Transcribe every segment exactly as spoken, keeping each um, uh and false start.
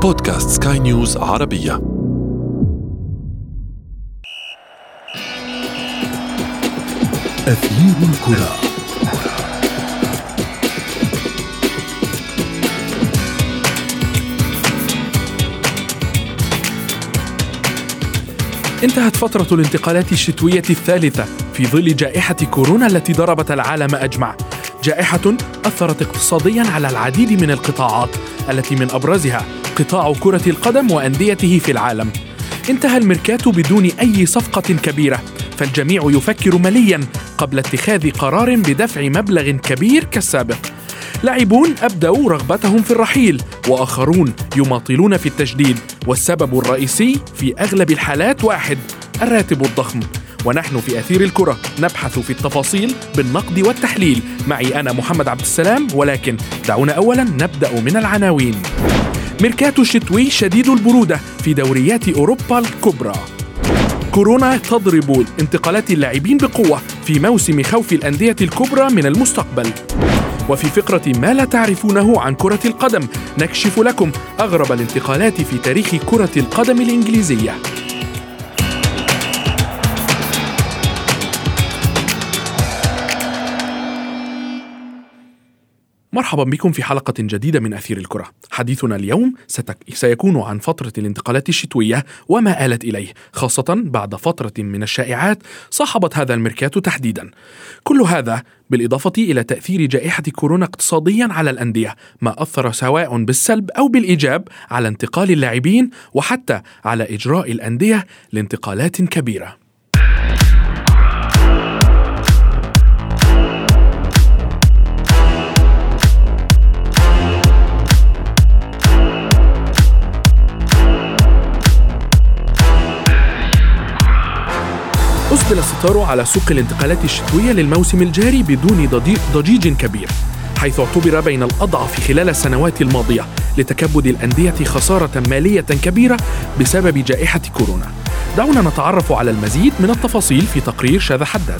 بودكاست سكاي نيوز عربية. أثير الكرة. انتهت فترة الانتقالات الشتوية الثالثة في ظل جائحة كورونا التي ضربت العالم أجمع، جائحة أثرت اقتصادياً على العديد من القطاعات التي من أبرزها قطاع كرة القدم وأنديته في العالم. انتهى الميركاتو بدون أي صفقة كبيرة، فالجميع يفكر ملياً قبل اتخاذ قرار بدفع مبلغ كبير كالسابق. لاعبون أبدوا رغبتهم في الرحيل، وآخرون يماطلون في التجديد، والسبب الرئيسي في أغلب الحالات واحد: الراتب الضخم. ونحن في أثير الكرة نبحث في التفاصيل بالنقد والتحليل. معي أنا محمد عبد السلام، ولكن دعونا أولا نبدأ من العناوين. ميركاتو شتوي شديد البرودة في دوريات أوروبا الكبرى. كورونا تضرب انتقالات اللاعبين بقوة في موسم خوف الأندية الكبرى من المستقبل. وفي فقرة ما لا تعرفونه عن كرة القدم نكشف لكم أغرب الانتقالات في تاريخ كرة القدم الإنجليزية. مرحبا بكم في حلقة جديدة من أثير الكرة. حديثنا اليوم ستك... سيكون عن فترة الانتقالات الشتوية وما آلت إليه، خاصة بعد فترة من الشائعات صاحبت هذا الميركاتو تحديدا. كل هذا بالإضافة إلى تأثير جائحة كورونا اقتصاديا على الأندية، ما أثر سواء بالسلب أو بالإيجاب على انتقال اللاعبين وحتى على إجراء الأندية لانتقالات كبيرة. أسدل الستار على سوق الانتقالات الشتوية للموسم الجاري بدون ضجيج كبير، حيث اعتبر بين الأضعف خلال السنوات الماضية لتكبد الأندية خسارة مالية كبيرة بسبب جائحة كورونا. دعونا نتعرف على المزيد من التفاصيل في تقرير شاذ حداد.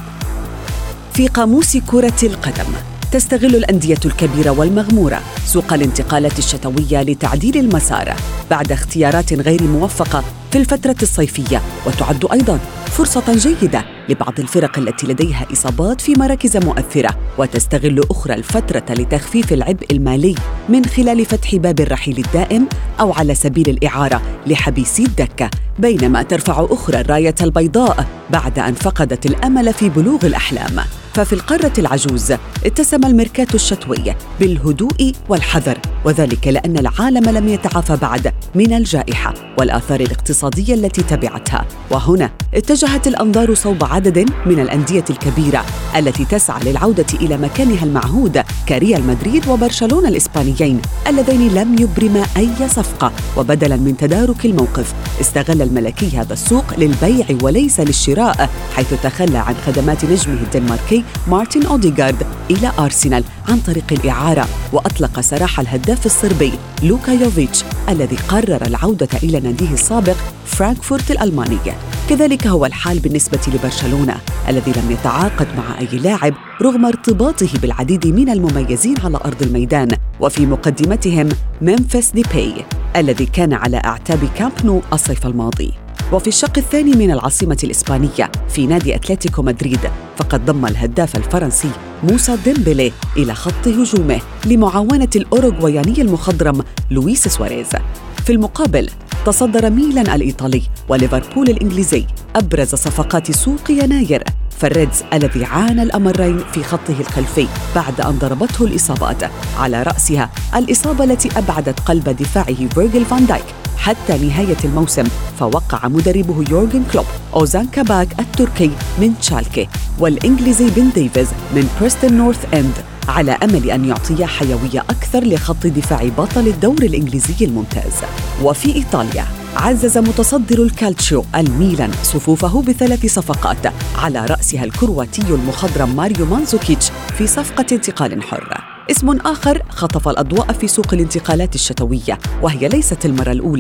في قاموس كرة القدم، تستغل الأندية الكبيرة والمغمورة سوق الانتقالات الشتوية لتعديل المسار بعد اختيارات غير موفقة في الفترة الصيفية، وتعد أيضاً فرصة جيدة لبعض الفرق التي لديها إصابات في مراكز مؤثرة، وتستغل أخرى الفترة لتخفيف العبء المالي من خلال فتح باب الرحيل الدائم أو على سبيل الإعارة لحبيسي الدكة، بينما ترفع أخرى الراية البيضاء بعد أن فقدت الأمل في بلوغ الأحلام. ففي القارة العجوز اتسم الميركاتو الشتوي بالهدوء والحذر، وذلك لأن العالم لم يتعافى بعد من الجائحة والآثار الاقتصادية التي تبعتها. وهنا اتجهت الأنظار صوب عدد من الأندية الكبيرة التي تسعى للعودة إلى مكانها المعهود كريال مدريد وبرشلونة الإسبانيين، اللذين لم يبرما أي صفقة، وبدلاً من تدارك الموقف استغل الملكي هذا السوق للبيع وليس للشراء، حيث تخلى عن خدمات نجمه الدنماركي مارتن أوديغارد إلى أرسنال عن طريق الإعارة، وأطلق سراح الهداف الصربي لوكا يوفيتش الذي قرر العودة إلى ناديه السابق فرانكفورت الألماني. كذلك هو الحال بالنسبة لبرشلونة الذي لم يتعاقد مع أي لاعب رغم ارتباطه بالعديد من المميزين على أرض الميدان، وفي مقدمتهم ممفيس ديباي الذي كان على أعتاب كامب نو الصيف الماضي. وفي الشق الثاني من العاصمة الإسبانية في نادي أتلتيكو مدريد، فقد ضم الهداف الفرنسي موسى ديمبلي إلى خط هجومه لمعاونة الأوروغواياني المخضرم لويس سواريز. في المقابل تصدر ميلان الإيطالي وليفربول الإنجليزي أبرز صفقات سوق يناير، فالريدز الذي عانى الأمرين في خطه الخلفي بعد أن ضربته الإصابات، على رأسها الإصابة التي أبعدت قلب دفاعه فيرجيل فان دايك حتى نهاية الموسم، فوقع مدربه يورغن كلوب أوزان كاباك التركي من تشالكي والإنجليزي بن ديفيز من بريستون نورث إند على أمل أن يعطي حيوية أكثر لخط دفاع بطل الدوري الإنجليزي الممتاز. وفي إيطاليا عزز متصدر الكالتشيو الميلان صفوفه بثلاث صفقات، على رأسها الكرواتي المخضرم ماريو مانزوكيتش في صفقة انتقال حر. اسم آخر خطف الأضواء في سوق الانتقالات الشتوية، وهي ليست المرة الأولى،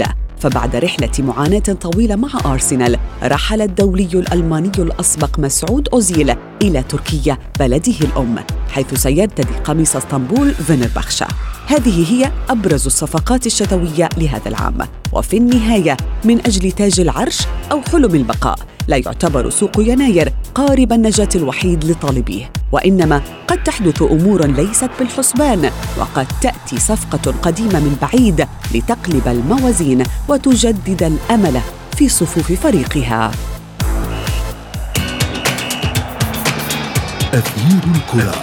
فبعد رحلة معاناة طويلة مع أرسنال رحل الدولي الألماني الأسبق مسعود أوزيل إلى تركيا بلده الأم، حيث سيرتدي قميص اسطنبول فنربخشة. هذه هي أبرز الصفقات الشتوية لهذا العام، وفي النهاية من أجل تاج العرش أو حلم البقاء لا يعتبر سوق يناير قارب النجاة الوحيد لطالبيه، وإنما قد تحدث أمور ليست بالحسبان، وقد تأتي صفقة قديمة من بعيد لتقلب الموازين وتجدد الأمل في صفوف فريقها. أثير الكرة.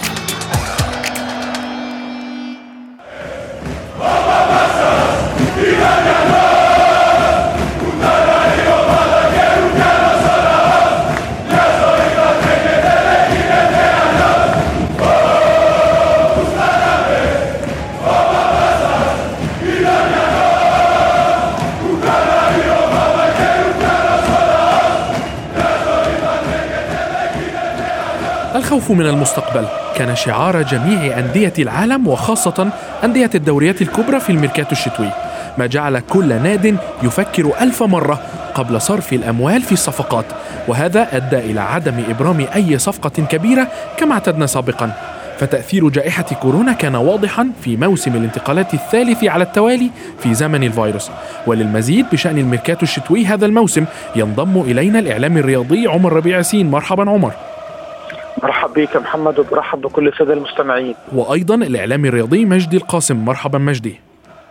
الخوف من المستقبل كان شعار جميع أندية العالم، وخاصة أندية الدوريات الكبرى في الميركاتو الشتوي، ما جعل كل ناد يفكر ألف مرة قبل صرف الأموال في الصفقات، وهذا أدى إلى عدم إبرام أي صفقة كبيرة كما اعتدنا سابقا. فتأثير جائحة كورونا كان واضحا في موسم الانتقالات الثالث على التوالي في زمن الفيروس. وللمزيد بشأن الميركاتو الشتوي هذا الموسم ينضم إلينا الإعلامي الرياضي عمر ربيع ياسين. مرحبا عمر. مرحبا بك محمد، وبرحب بكل السادة المستمعين. وأيضا الإعلامي الرياضي مجدي القاسم. مرحبا مجدي.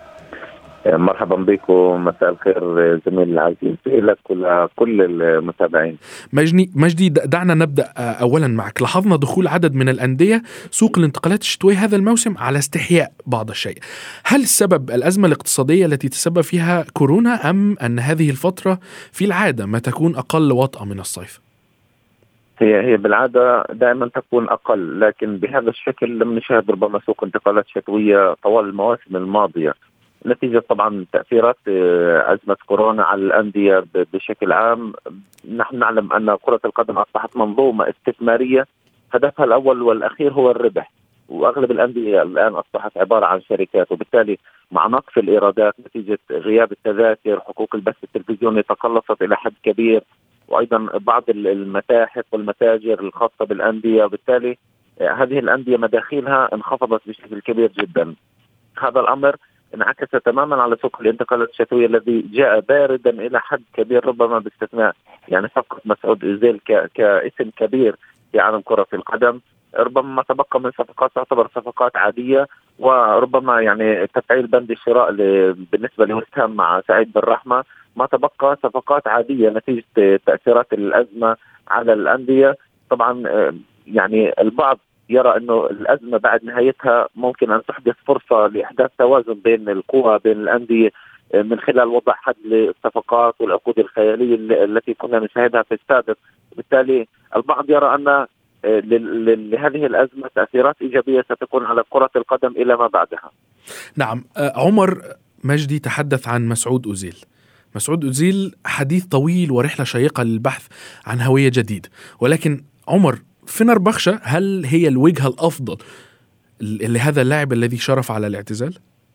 مرحبا بك ومساء الخير زميل العزيز لك ولكل المتابعين. مجدي مجدي دعنا نبدأ أولا معك. لاحظنا دخول عدد من الأندية سوق الانتقالات الشتوية هذا الموسم على استحياء بعض الشيء. هل السبب الأزمة الاقتصادية التي تسبب فيها كورونا، أم أن هذه الفترة في العادة ما تكون أقل وطأة من الصيف؟ هي هي بالعادة دائما تكون أقل، لكن بهذا الشكل لم نشاهد ربما سوق انتقالات شتوية طوال المواسم الماضية، نتيجة طبعا تأثيرات أزمة كورونا على الأندية بشكل عام. نحن نعلم أن كرة القدم أصبحت منظومة استثمارية هدفها الأول والأخير هو الربح، وأغلب الأندية الآن أصبحت عبارة عن شركات، وبالتالي مع نقص الإيرادات نتيجة غياب التذاكر حقوق البث التلفزيوني تقلصت إلى حد كبير، وأيضا بعض المتاحف والمتاجر الخاصة بالأندية، وبالتالي هذه الأندية مداخيلها انخفضت بشكل كبير جدا. هذا الأمر انعكس تماما على سوق الانتقالات الشتوية الذي جاء باردا إلى حد كبير، ربما باستثناء يعني صفقة مسعود أوزيل كاسم كبير في عالم كرة القدم. ربما ما تبقى من صفقات تعتبر صفقات عادية، وربما يعني تفعيل بند الشراء بالنسبة لوست هام مع سعيد بن رحمة، ما تبقى صفقات عادية نتيجة تأثيرات الأزمة على الأندية. طبعا يعني البعض يرى أنه الأزمة بعد نهايتها ممكن أن تحدث فرصة لإحداث توازن بين القوى بين الأندية من خلال وضع حد للصفقات والعقود الخيالية التي كنا نشاهدها في السابق. بالتالي البعض يرى أن لهذه الأزمة تأثيرات إيجابية ستكون على كرة القدم إلى ما بعدها. نعم. عمر، مجدي تحدث عن مسعود أوزيل. مسعود أوزيل حديث طويل ورحلة شيقة للبحث عن هوية جديد، ولكن عمر، فنربخشة هل هي الوجهة الأفضل لهذا اللاعب الذي شرف على الاعتزال؟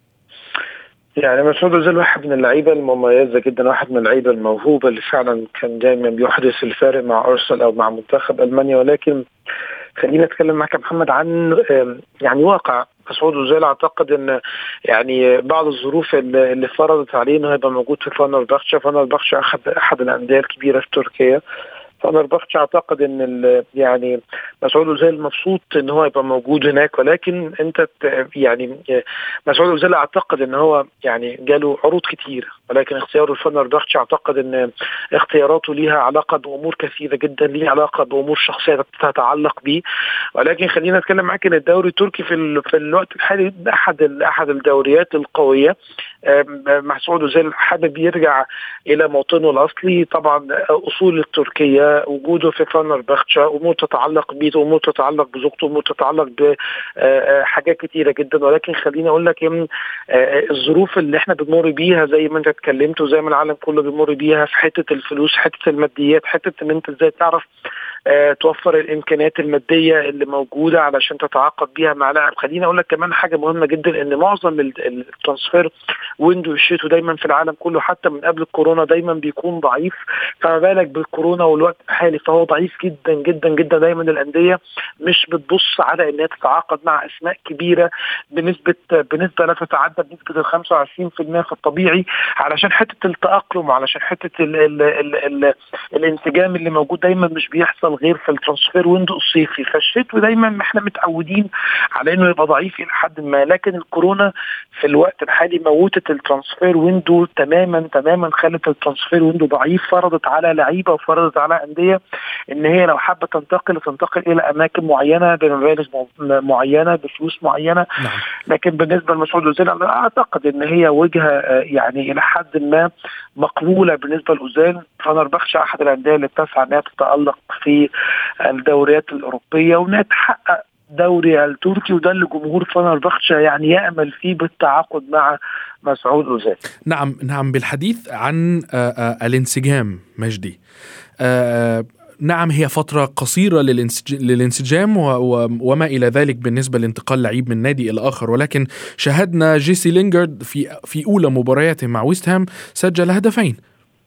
يعني مسعود أوزيل واحد من اللعيبة المميزة جدا، واحد من اللعيبة الموهوبة اللي فعلا كان دائما بيحدث الفارق مع أرسنال أو مع منتخب ألمانيا. ولكن خلينا نتكلم معك محمد عن يعني واقع مسعود أوزيل. أعتقد أن يعني بعض الظروف اللي فرضت عليه أنه يبقى موجود في فنربخشة. فنربخشة أحد أحد الأندية الكبيرة في تركيا. فنربخشة أعتقد أن يعني مسعود أوزيل مبسوط أن هو يبقى موجود هناك، ولكن أنت يعني مسعود أوزيل أعتقد أن هو يعني جاله عروض كتير، ولكن اختياره الفنربخشة أعتقد أن اختياراته ليها علاقة بأمور كثيرة جدا، ليها علاقة بأمور شخصية تتعلق به. ولكن خلينا نتكلم معك أن الدوري التركي في في الوقت الحالي أحد أحد الدوريات القوية. مسعود أوزيل حابب يرجع إلى موطنه الأصلي. طبعا أصول التركية، وجوده في فنربخشة، أمور تتعلق بيته، أمور تتعلق بزوجته، أمور تتعلق بحاجات كتيرة جدا. ولكن خلينا أقول لك إن الظروف اللي إحنا بنمر بيها زي ما أنت اتكلمت وزي ما العالم كله بيمر بيها في حتة الفلوس، حتة الماديات، حتة إن أنت إزاي تعرف آه توفر الامكانيات الماديه اللي موجوده علشان تتعاقد بيها مع لاعب. خليني اقول لك كمان حاجه مهمه جدا، ان معظم الترانسفير ويندو الشتوي دايما في العالم كله حتى من قبل الكورونا دايما بيكون ضعيف، فما بالك بالكورونا والوقت الحالي فهو ضعيف جدا جدا جدا. دايما الانديه مش بتبص على انها تتعاقد مع اسماء كبيره بنسبه بنسبه لا تتعدى بنسبه ال خمسة وعشرين بالمئة في الطبيعي، علشان حته التاقلم وعلشان حته ال ال ال ال الانسجام اللي موجود دايما مش بيحصل غير في الترانسفير ويندو الصيفي. فالشتوي دايما احنا متعودين على انه يبقى ضعيف الى حد ما، لكن الكورونا في الوقت الحالي موتت الترانسفير ويندو تماما تماما، خلت الترانسفير ويندو ضعيف، فرضت على لعيبه وفرضت على انديه ان هي لو حابه تنتقل تنتقل الى اماكن معينه بمبالغ معينه بفلوس معينه. نعم. لكن بالنسبه لمسعود اوزيل انا اعتقد ان هي وجهه يعني الى حد ما مقبوله بالنسبه لاوزيل. فنربخش احد الانديه اللي بتسعى انها تتالق في الدوريات الاوروبيه وانها تحقق دوري التركي، وده اللي جمهور فنربخشة يعني يأمل فيه بالتعاقد مع مسعود أوزيل. نعم نعم. بالحديث عن الانسجام مجدي، نعم هي فترة قصيرة للانسجام وما إلى ذلك بالنسبة لانتقال لعيب من نادي إلى آخر، ولكن شاهدنا جيسي لينغارد في في أولى مبارياته مع ويست هام سجل هدفين.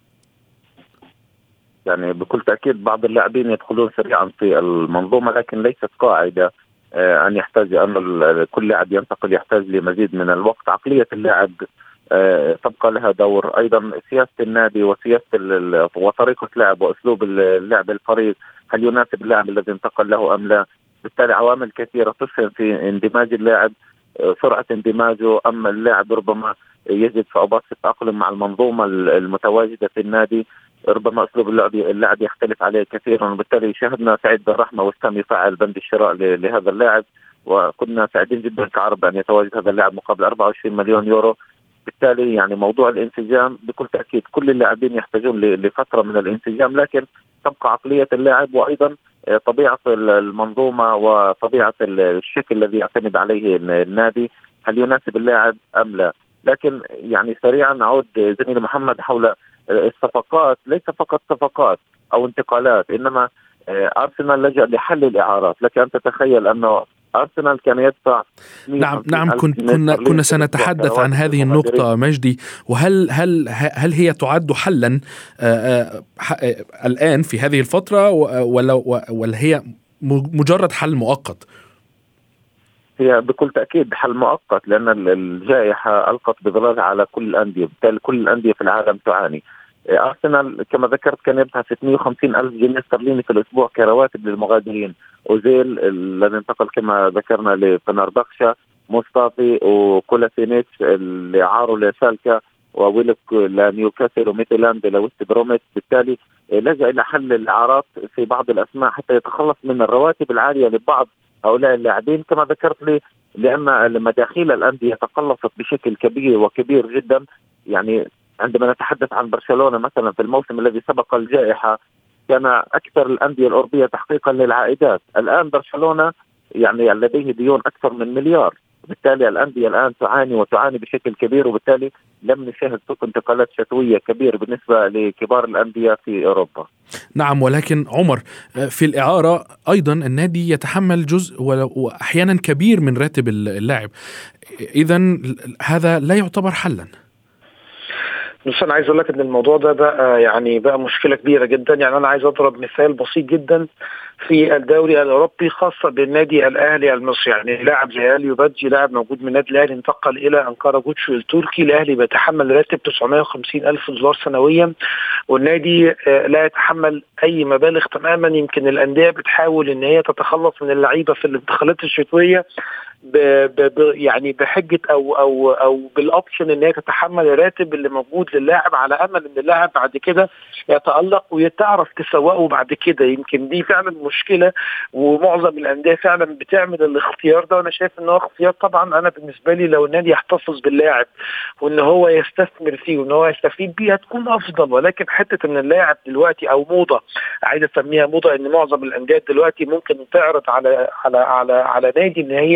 يعني بكل تأكيد بعض اللاعبين يدخلون سريعا في المنظومة، لكن ليست قاعدة أن يحتاج أن كل لاعب ينتقل يحتاج لمزيد من الوقت. عقلية اللاعب تبقى لها دور، أيضا سياسة النادي وسياسة وطريقة لعب وأسلوب اللعب الفريق هل يناسب اللاعب الذي انتقل له أم لا. بالتالي عوامل كثيرة تسهم في اندماج اللاعب، سرعة اندماجه، أما اللاعب ربما يجد صعوبات في التأقلم مع المنظومة المتواجدة في النادي، ربما أسلوب اللعب اللاعب يختلف عليه كثيرا. وبالتالي شاهدنا سعيد بن رحمة وستام يفعل بند الشراء لهذا اللاعب، وكنا سعيدين جدا كعرب أن يتواجد هذا اللاعب مقابل أربعة وعشرين مليون يورو. بالتالي يعني موضوع الانسجام بكل تأكيد كل اللاعبين يحتاجون لفترة من الانسجام، لكن تبقى عقلية اللاعب وأيضا طبيعة المنظومة وطبيعة الشكل الذي يعتمد عليه النادي هل يناسب اللاعب أم لا. لكن يعني سريعا نعود زميلي محمد حول الصفقات، ليس فقط صفقات أو انتقالات، إنما أرسنال لجأ لحل الإعارات. لك أن تتخيل أنه أرسنال كان يدفع نعم نعم كنا كنا سنتحدث عن هذه النقطة مجدي، وهل هل هل هي تعد حلا الآن في هذه الفترة ولا ولا هي مجرد حل مؤقت؟ هي بكل تأكيد حل مؤقت، لأن الجائحة ألقت بظلالها على كل الأندية، بالتالي كل الأندية في العالم تعاني. أرسنال كما ذكرت كان يدفع ستمائة وخمسين ألف جنيه استرليني في الأسبوع كرواتب للمغادرين. أوزيل الذي انتقل كما ذكرنا لفنربخشة، مصطفي وكولاسينيتش اللي عاروا لشالكا، وويلك لنيوكاسل وميتلاند لوست بروميت. بالتالي لجأ إلى حل الإعارات في بعض الأسماء حتى يتخلص من الرواتب العالية لبعض هؤلاء اللاعبين كما ذكرت لي، لأن مداخيل الأندية تقلصت بشكل كبير وكبير جدا. يعني عندما نتحدث عن برشلونة مثلا في الموسم الذي سبق الجائحة كان أكثر الأندية الأوروبية تحقيقا للعائدات، الآن برشلونة يعني لديه ديون أكثر من مليار. بالتالي الأندية الآن تعاني وتعاني بشكل كبير، وبالتالي لم نشاهد سوق انتقالات شتوية كبير بالنسبة لكبار الأندية في أوروبا. نعم، ولكن عمر في الإعارة أيضا النادي يتحمل جزء وأحيانا كبير من راتب اللاعب، إذن هذا لا يعتبر حلا. بس أنا عايز أقول لك إن الموضوع ده بقى يعني بقى مشكلة كبيرة جدا. يعني أنا عايز أضرب مثال بسيط جدا في الدوري الأوروبي خاصة بالنادي الأهلي المصري. يعني لاعب زي اليو بادجي لاعب موجود من النادي الأهلي انتقل إلى أنقرة جوتشو التركي. الأهلي بيتحمل راتب تسعمائة وخمسين ألف دولار سنويا، والنادي لا يتحمل أي مبالغ تماما. يمكن الأندية بتحاول إن هي تتخلص من اللعيبة في الانتقالات الشتوية ب ب يعني بحجة أو أو أو بالأوبشن إن هي تتحمل الراتب اللي موجود للاعب على أمل إن اللاعب بعد كده يتألق ويتعرف تسوقه بعد كده. يمكن دي فعلا مشكلة، ومعظم الأندية فعلا بتعمل الاختيار ده، وأنا شايف إن هو اختيار. طبعا أنا بالنسبة لي لو النادي يحتفظ باللاعب وإن هو يستثمر فيه وإن هو يستفيد بيه هتكون أفضل. ولكن حتة إن اللاعب دلوقتي أو موضة عايز أسميها موضة، إن معظم الأندية دلوقتي ممكن تعرض على على على على نادي إن هي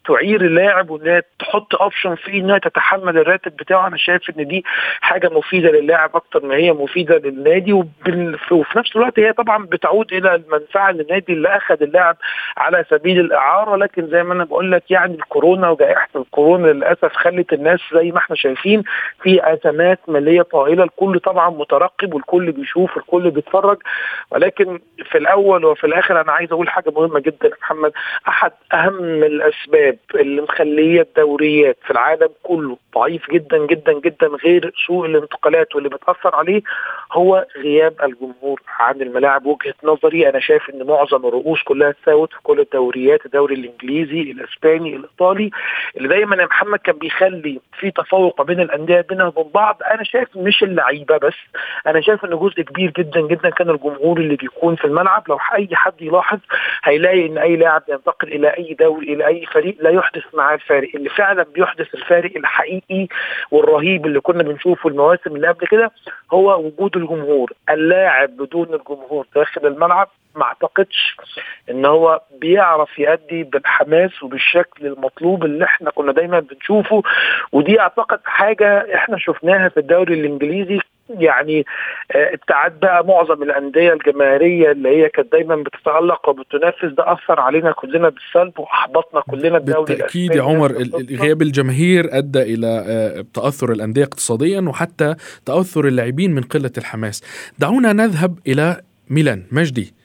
تعير اللاعب وانها تحط اوبشن فيه انها تتحمل الراتب بتاعه. انا شايف ان دي حاجه مفيده للاعب اكتر ما هي مفيده للنادي، وفي نفس الوقت هي طبعا بتعود الى المنفعه للنادي اللي اخذ اللاعب على سبيل الاعاره. لكن زي ما انا بقول لك يعني الكورونا وجائحه الكورونا للاسف خلت الناس زي ما احنا شايفين في ازمات ماليه طائله. الكل طبعا مترقب والكل بيشوف والكل بيتفرج، ولكن في الاول وفي الاخر انا عايز اقول حاجه مهمه جدا يا محمد. احد اهم الاسباب اللي مخليه الدوريات في العالم كله ضعيف جدا جدا جدا غير سوء الانتقالات واللي بتاثر عليه هو غياب الجمهور عن الملاعب. وجهه نظري انا شايف ان معظم الرؤوس كلها تساوت في كل الدوريات، الدوري الانجليزي الاسباني الايطالي اللي دايما يا محمد كان بيخلي في تفوق بين الانديه بينها وبين بعض. انا شايف مش اللعيبه بس، انا شايف ان جزء كبير جدا جدا كان الجمهور اللي بيكون في الملعب. لو اي حد يلاحظ هيلاقي ان اي لاعب ينتقل الى اي دوري الى اي فريق لا يحدث معاه الفارق اللي فعلا بيحدث الفارق الحقيقي والرهيب اللي كنا بنشوفه المواسم اللي قبل كده هو وجود الجمهور. اللاعب بدون الجمهور داخل الملعب ما اعتقدش ان هو بيعرف يؤدي بالحماس وبالشكل المطلوب اللي احنا كنا دايما بنشوفه. ودي اعتقد حاجة احنا شفناها في الدوري الانجليزي، يعني ابتعاد بقى معظم الانديه الجماهيريه اللي هي كانت دايما بتتالق وبتنافس، ده اثر علينا كلنا بالسلب واحبطنا كلنا الدوري. بالتاكيد يا عمر غياب الجماهير ادى الى تاثر الانديه اقتصاديا وحتى تاثر اللاعبين من قله الحماس. دعونا نذهب الى ميلان. مجدي،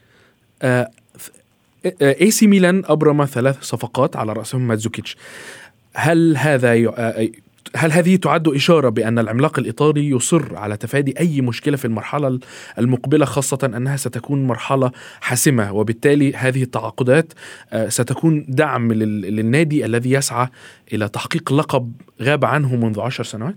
اي سي ميلان ابرم ثلاث صفقات على راسهم مانزوكيتش. هل هذا ي... هل هذه تعد إشارة بأن العملاق الإيطالي يصر على تفادي أي مشكلة في المرحلة المقبلة، خاصة أنها ستكون مرحلة حاسمة وبالتالي هذه التعاقدات ستكون دعم للنادي الذي يسعى إلى تحقيق لقب غاب عنه منذ عشر سنوات؟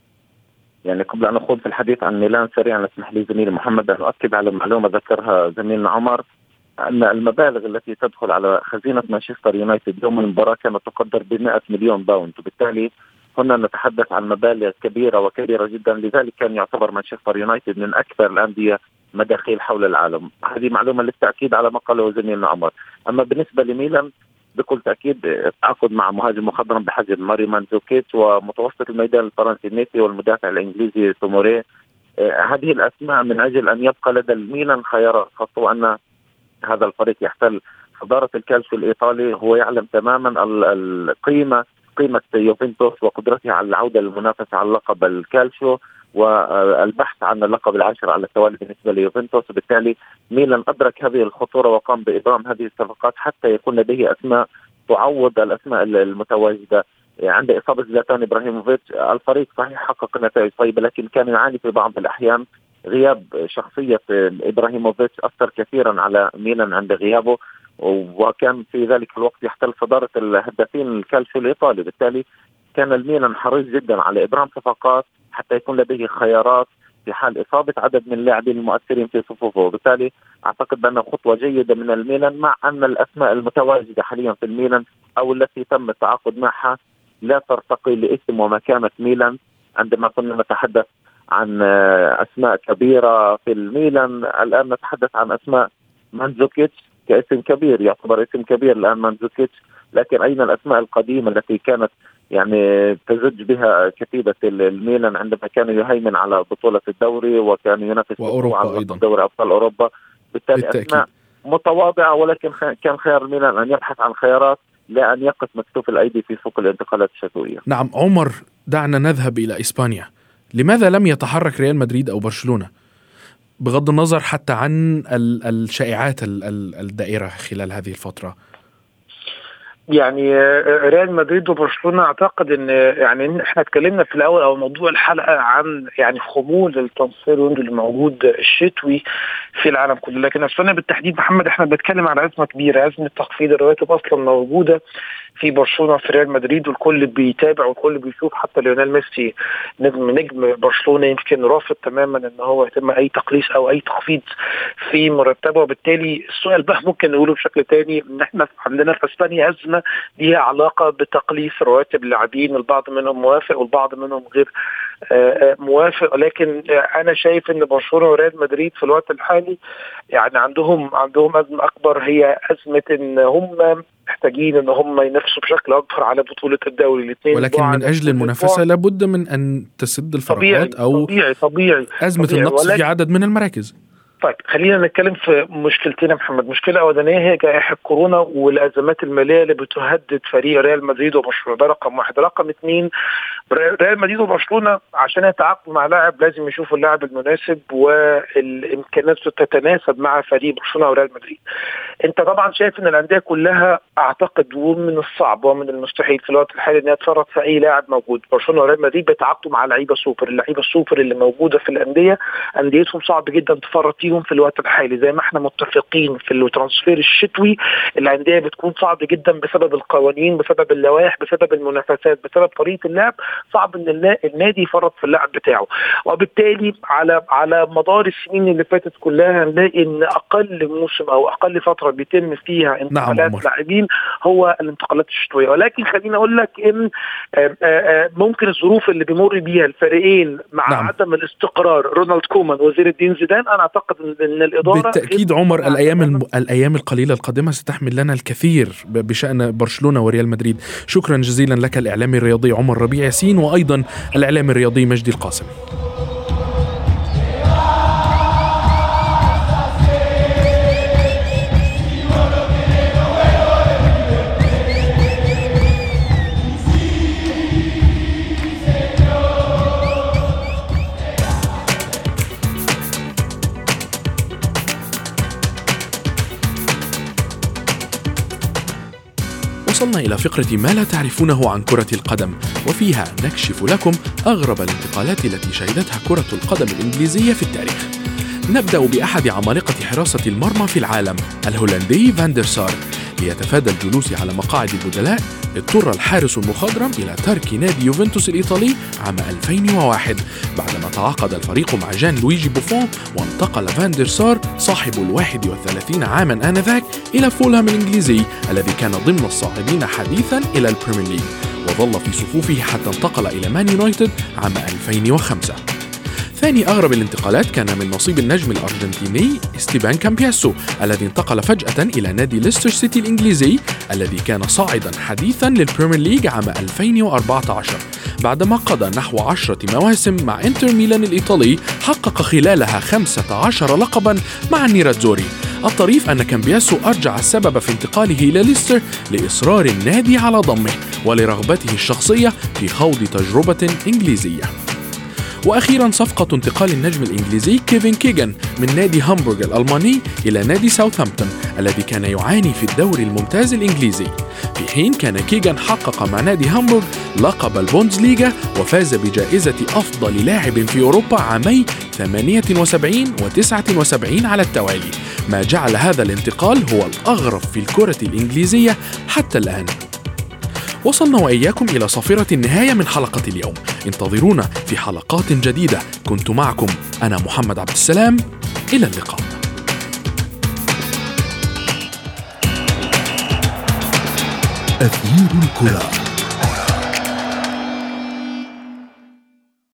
يعني قبل أن أخوض في الحديث عن ميلان سريعا اسمح لي زميلي محمد أن أؤكد على معلومة ذكرها زميلنا عمر، أن المبالغ التي تدخل على خزينة مانشستر يونايتد يوم المباراة كانت تقدر بمئة مليون باوند، وبالتالي هنا نتحدث عن مبالغ كبيرة وكبيرة جدا. لذلك كان يعتبر مانشستر يونايتد من أكثر الأندية مداخيل حول العالم. هذه معلومة للتأكيد على ما قاله زميلنا عمر. أما بالنسبة لميلان بكل تأكيد التعاقد مع مهاجم مخضرم بحجم ماري مانزوكيتش ومتوسط الميدان الفرنسي نيتي والمدافع الإنجليزي توموري. هذه الأسماء من أجل أن يبقى لدى الميلان خيارات، خاصة أن هذا الفريق يحتل صدارة الكالشيو الإيطالي. هو يعلم تماما القيمة قيمة يوفنتوس وقدرتها على العودة للمنافسة على لقب الكالشيو والبحث عن اللقب العاشر على التوالي بالنسبة ليوفنتوس. وبالتالي ميلان أدرك هذه الخطورة وقام بإبرام هذه الصفقات حتى يكون لديه أسماء تعوض الأسماء المتواجدة. عند إصابة زلاتان إبراهيموفيتش الفريق صحيح حقق نتائج طيبة، لكن كان يعاني في بعض الأحيان. غياب شخصية إبراهيموفيتش أثر كثيرا على ميلان عند غيابه، وكان في ذلك الوقت يحتل صدارة الهدافين الكالشيو الإيطالي. بالتالي كان الميلان حريص جدا على إبرام صفقات حتى يكون لديه خيارات في حال إصابة عدد من اللاعبين المؤثرين في صفوفه. وبالتالي أعتقد بأنها خطوة جيدة من الميلان، مع أن الأسماء المتواجدة حاليا في الميلان أو التي تم التعاقد معها لا ترتقي لاسم ومكانة ميلان. عندما كنا نتحدث عن أسماء كبيرة في الميلان الآن نتحدث عن أسماء مانزوكيتش كاسم كبير، يعتبر اسم كبير الآن مانزوكيتش، لكن أين الأسماء القديمة التي كانت يعني تزج بها كتيبة الميلان عندما كان يهيمن على بطولة الدوري وكان ينافس على دوري أبطال أوروبا. بالتالي بالتأكيد. أسماء متواضعة، ولكن كان خيار الميلان أن يبحث عن خيارات لا أن يقف مكتوف الأيدي في سوق الانتقالات الشتوية. نعم عمر، دعنا نذهب إلى إسبانيا. لماذا لم يتحرك ريال مدريد أو برشلونة بغض النظر حتى عن الشائعات الدائرة خلال هذه الفترة؟ يعني ريال مدريد وبرشلونة اعتقد ان يعني احنا اتكلمنا في الاول او موضوع الحلقة عن يعني خمول التنصير ويندو الموجود الشتوي في العالم كله، لكن اسبانيا بالتحديد محمد احنا بنتكلم على ازمة كبيرة، ازمة تخفيض الرواتب اصلا موجودة في برشلونة في ريال مدريد، والكل بيتابع والكل بيشوف. حتى ليونيل ميسي نجم نجم برشلونة يمكن رافض تماما ان هو يتم اي تقليص او اي تخفيض في مرتبه. وبالتالي السؤال بقى ممكن نقوله بشكل تاني ان احنا عندنا في اسبانيا ازمة ليها علاقة بتقليص رواتب اللاعبين، البعض منهم موافق والبعض منهم غير موافق، لكن أنا شايف إن برشلونة وريال مدريد في الوقت الحالي يعني عندهم عندهم أزمة أكبر، هي أزمة إن هم محتاجين ان هم ينافسوا بشكل اكبر على بطوله الدوري الاثنين، ولكن من اجل المنافسه لابد من ان تسد الفراغات او طبيعي طبيعي ازمه طبيعي النقص في عدد من المراكز. طيب خلينا نتكلم في مشكلتين يا محمد. مشكله اولانيه هي جائحه كورونا والازمات الماليه اللي بتهدد فريق ريال مدريد وبرشلونه، ده رقم واحد. رقم اثنين، ريال مدريد وبرشلونه عشان يتعاقدوا مع لاعب لازم يشوفوا اللاعب المناسب والامكانيات تتناسب مع فريق برشلونه وريال مدريد. انت طبعا شايف ان الانديه كلها اعتقد ومن الصعب ومن المستحيل في الوقت الحالي ان يتفرط في اي لاعب موجود. برشلونه وريال مدريد بيتعاقدوا مع لعيبه سوبر، اللعيبه السوبر اللي موجوده في الانديه انديتهم صعب جدا تفرط فيهم في الوقت الحالي، زي ما احنا متفقين في الترانسفير الشتوي الانديه بتكون صعب جدا بسبب القوانين، بسبب اللوائح، بسبب المنافسات، بسبب طريقه اللعب، صعب ان النادي يفرط في اللاعب بتاعه. وبالتالي على على مدار السنين اللي فاتت كلها هنلاقي ان اقل موسم او اقل فتره بيتم فيها انتقالات نعم لاعبين هو الانتقالات الشتويه. ولكن خليني اقول لك ان ممكن الظروف اللي بيمر بيها الفريقين مع نعم. عدم الاستقرار، رونالد كومان وزير الدين زيدان، انا اعتقد ان الاداره بالتاكيد عمر الايام الم... الايام القليله القادمه ستحمل لنا الكثير بشان برشلونه وريال مدريد. شكرا جزيلا لك الاعلامي الرياضي عمر ربيع ياسين، وايضا الاعلامي الرياضي مجدي القاسم. وصلنا إلى فقرة ما لا تعرفونه عن كرة القدم، وفيها نكشف لكم أغرب الانتقالات التي شهدتها كرة القدم الإنجليزية في التاريخ. نبدأ بأحد عمالقة حراسة المرمى في العالم، الهولندي فان دير سار. ليتفادى الجلوس على مقاعد البدلاء اضطر الحارس المخضرم إلى ترك نادي يوفنتوس الإيطالي عام ألفين وواحد بعدما تعاقد الفريق مع جان لويجي بوفون، وانتقل فان دير سار صاحب الواحد والثلاثين عاما آنذاك إلى فولهام الإنجليزي الذي كان ضمن الصاعدين حديثا إلى البريمير ليج، وظل في صفوفه حتى انتقل إلى مان يونايتد عام ألفين وخمسة. ثاني أغرب الانتقالات كان من نصيب النجم الأرجنتيني ستيفان كامبياسو الذي انتقل فجأة إلى نادي ليستر سيتي الإنجليزي الذي كان صاعدا حديثا للبريمير ليج عام ألفين وأربعة عشر بعدما قضى نحو عشرة مواسم مع انتر ميلان الإيطالي، حقق خلالها خمسة عشر لقبا مع النيراتزوري. الطريف أن كامبياسو أرجع السبب في انتقاله إلى ليستر لإصرار النادي على ضمه ولرغبته الشخصية في خوض تجربة إنجليزية. وأخيرا صفقة انتقال النجم الإنجليزي كيفن كيغان من نادي هامبورغ الألماني إلى نادي ساوثهامبتون الذي كان يعاني في الدوري الممتاز الإنجليزي، في حين كان كيغان حقق مع نادي هامبورغ لقب البوندسليغا وفاز بجائزة أفضل لاعب في أوروبا عامي ثمانية وسبعين وتسعة وسبعين على التوالي، ما جعل هذا الانتقال هو الأغرب في الكرة الإنجليزية حتى الآن. وصلنا وإياكم إلى صافرة النهاية من حلقة اليوم، انتظرونا في حلقات جديدة. كنت معكم أنا محمد عبد السلام، إلى اللقاء. أثير الكرة.